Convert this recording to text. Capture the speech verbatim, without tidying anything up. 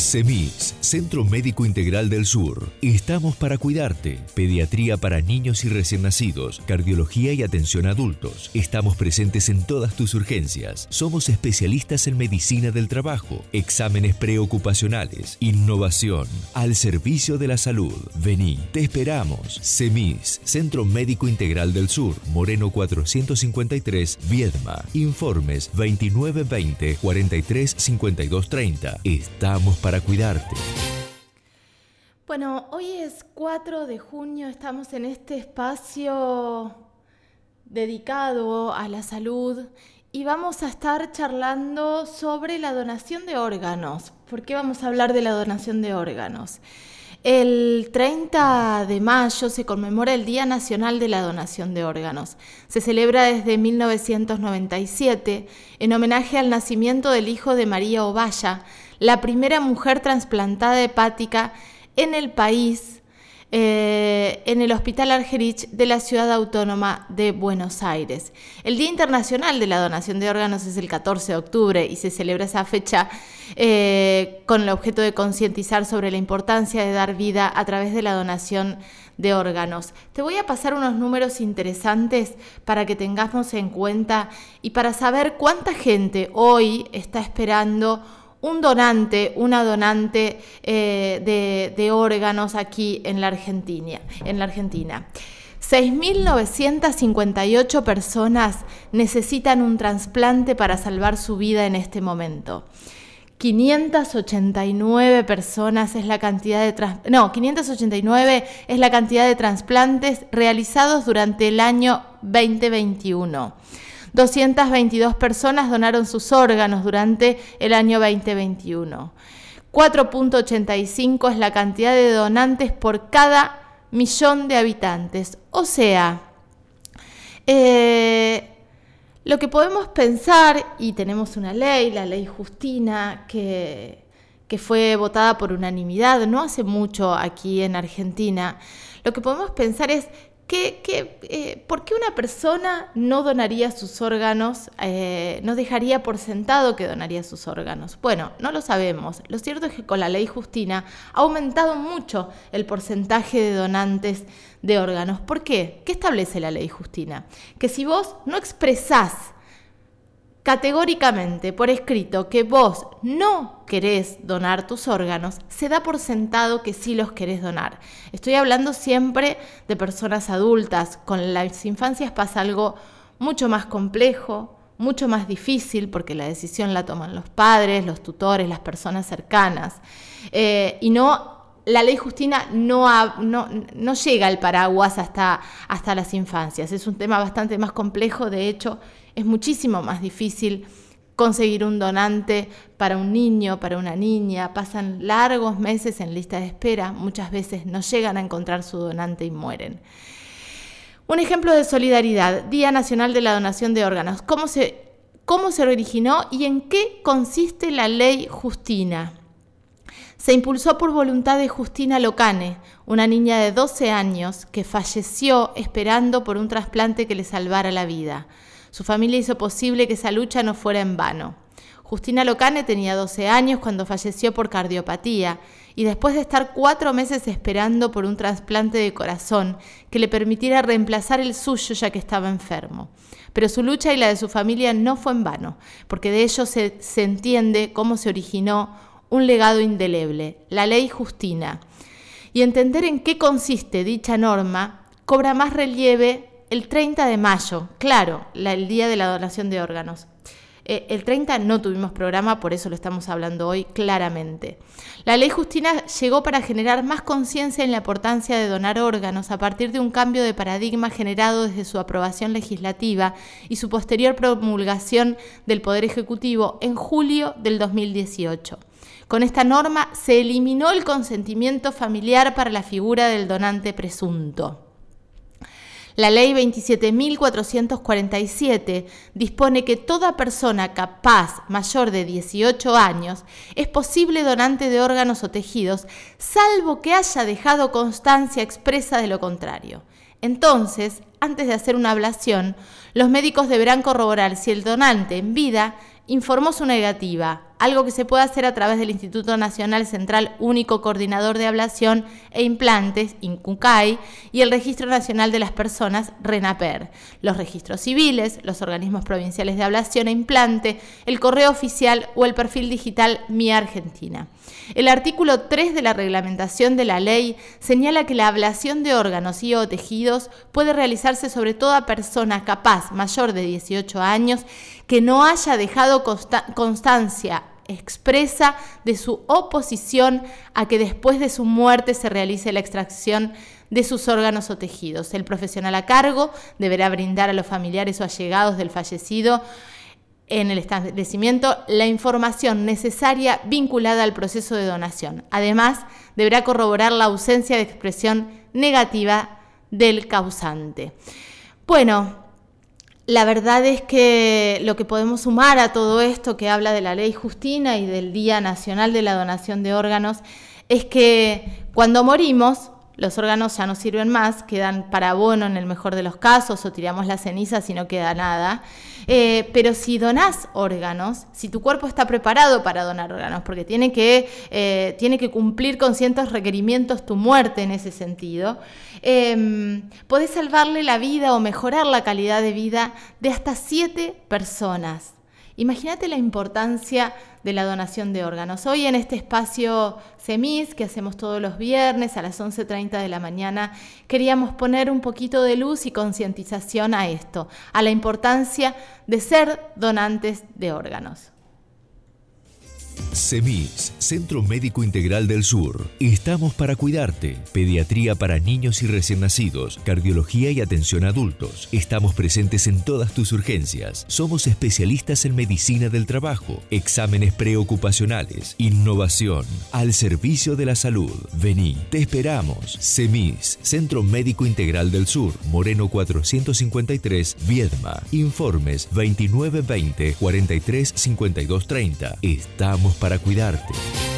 CEMIS, Centro Médico Integral del Sur. Estamos para cuidarte. Pediatría para niños y recién nacidos, cardiología y atención a adultos. Estamos presentes en todas tus urgencias. Somos especialistas en medicina del trabajo, exámenes preocupacionales, innovación, al servicio de la salud. Vení, te esperamos. CEMIS, Centro Médico Integral del Sur, Moreno cuatrocientos cincuenta y tres, Viedma. Informes veintinueve veinte, cuarenta y tres cincuenta y dos treinta. Estamos para cuidarte. Bueno, hoy es cuatro de junio, estamos en este espacio dedicado a la salud y vamos a estar charlando sobre la donación de órganos. ¿Por qué vamos a hablar de la donación de órganos? El treinta de mayo se conmemora el Día Nacional de la Donación de Órganos. Se celebra desde mil novecientos noventa y siete en homenaje al nacimiento del hijo de María Ovalle, la primera mujer trasplantada hepática en el país, eh, en el Hospital Argerich de la Ciudad Autónoma de Buenos Aires. El Día Internacional de la Donación de Órganos es el catorce de octubre y se celebra esa fecha eh, con el objeto de concientizar sobre la importancia de dar vida a través de la donación de órganos. Te voy a pasar unos números interesantes para que tengamos en cuenta y para saber cuánta gente hoy está esperando un donante, una donante eh, de, de órganos aquí en la Argentina. En la Argentina. seis mil novecientas cincuenta y ocho personas necesitan un trasplante para salvar su vida en este momento. quinientas ochenta y nueve personas es la cantidad de trans, no, quinientas ochenta y nueve es la cantidad de trasplantes realizados durante el año veinte veintiuno. doscientas veintidós personas donaron sus órganos durante el año veinte veintiuno. cuatro punto ochenta y cinco es la cantidad de donantes por cada millón de habitantes. O sea, eh, lo que podemos pensar, y tenemos una ley, la ley Justina, que, que fue votada por unanimidad no hace mucho aquí en Argentina, lo que podemos pensar es Que, que, eh, ¿por qué una persona no donaría sus órganos, eh, no dejaría por sentado que donaría sus órganos? Bueno, no lo sabemos. Lo cierto es que con la ley Justina ha aumentado mucho el porcentaje de donantes de órganos. ¿Por qué? ¿Qué establece la ley Justina? Que si vos no expresás categóricamente por escrito que vos no querés donar tus órganos, se da por sentado que sí los querés donar. Estoy hablando siempre de personas adultas. Con las infancias pasa algo mucho más complejo, mucho más difícil, porque la decisión la toman los padres, los tutores, las personas cercanas. Eh, y no... La ley Justina no, ha, no, no llega al paraguas hasta, hasta las infancias. Es un tema bastante más complejo. De hecho, es muchísimo más difícil conseguir un donante para un niño, para una niña. Pasan largos meses en lista de espera. Muchas veces no llegan a encontrar su donante y mueren. Un ejemplo de solidaridad. Día Nacional de la Donación de Órganos. ¿Cómo se, cómo se originó y en qué consiste la ley Justina? Se impulsó por voluntad de Justina Locane, una niña de doce años que falleció esperando por un trasplante que le salvara la vida. Su familia hizo posible que esa lucha no fuera en vano. Justina Locane tenía doce años cuando falleció por cardiopatía y después de estar cuatro meses esperando por un trasplante de corazón que le permitiera reemplazar el suyo ya que estaba enfermo. Pero su lucha y la de su familia no fue en vano, porque de ello se, se entiende cómo se originó un legado indeleble, la ley Justina. Y entender en qué consiste dicha norma cobra más relieve el treinta de mayo, claro, la, el día de la donación de órganos. Eh, el treinta no tuvimos programa, por eso lo estamos hablando hoy claramente. La ley Justina llegó para generar más conciencia en la importancia de donar órganos a partir de un cambio de paradigma generado desde su aprobación legislativa y su posterior promulgación del Poder Ejecutivo en julio del dos mil dieciocho. Con esta norma se eliminó el consentimiento familiar para la figura del donante presunto. La ley veintisiete mil cuatrocientos cuarenta y siete dispone que toda persona capaz mayor de dieciocho años es posible donante de órganos o tejidos, salvo que haya dejado constancia expresa de lo contrario. Entonces, antes de hacer una ablación, los médicos deberán corroborar si el donante en vida informó su negativa algo que se puede hacer a través del Instituto Nacional Central Único Coordinador de Ablación e Implantes, INCUCAI, y el Registro Nacional de las Personas, RENAPER, los registros civiles, los organismos provinciales de ablación e implante, el correo oficial o el perfil digital Mi Argentina. El artículo tres de la reglamentación de la ley señala que la ablación de órganos y o tejidos puede realizarse sobre toda persona capaz, mayor de dieciocho años, que no haya dejado consta- constancia expresa de su oposición a que después de su muerte se realice la extracción de sus órganos o tejidos. El profesional a cargo deberá brindar a los familiares o allegados del fallecido en el establecimiento la información necesaria vinculada al proceso de donación. Además, deberá corroborar la ausencia de expresión negativa del causante. Bueno, la verdad es que lo que podemos sumar a todo esto que habla de la Ley Justina y del Día Nacional de la Donación de Órganos es que cuando morimos, los órganos ya no sirven más, quedan para abono en el mejor de los casos o tiramos las cenizas y no queda nada. Eh, pero si donás órganos, si tu cuerpo está preparado para donar órganos, porque tiene que, eh, tiene que cumplir con ciertos requerimientos tu muerte en ese sentido, eh, podés salvarle la vida o mejorar la calidad de vida de hasta siete personas. Imagínate la importancia de la donación de órganos. Hoy en este espacio CEMIS, que hacemos todos los viernes a las once treinta de la mañana, queríamos poner un poquito de luz y concientización a esto, a la importancia de ser donantes de órganos. CEMIS, Centro Médico Integral del Sur. Estamos para cuidarte. Pediatría para niños y recién nacidos, cardiología y atención a adultos. Estamos presentes en todas tus urgencias. Somos especialistas en medicina del trabajo, exámenes preocupacionales, innovación, al servicio de la salud. Vení, te esperamos. CEMIS, Centro Médico Integral del Sur, Moreno cuatrocientos cincuenta y tres, Viedma. Informes veintinueve veinte, cuarenta y tres cincuenta y dos treinta. Estamos para cuidarte.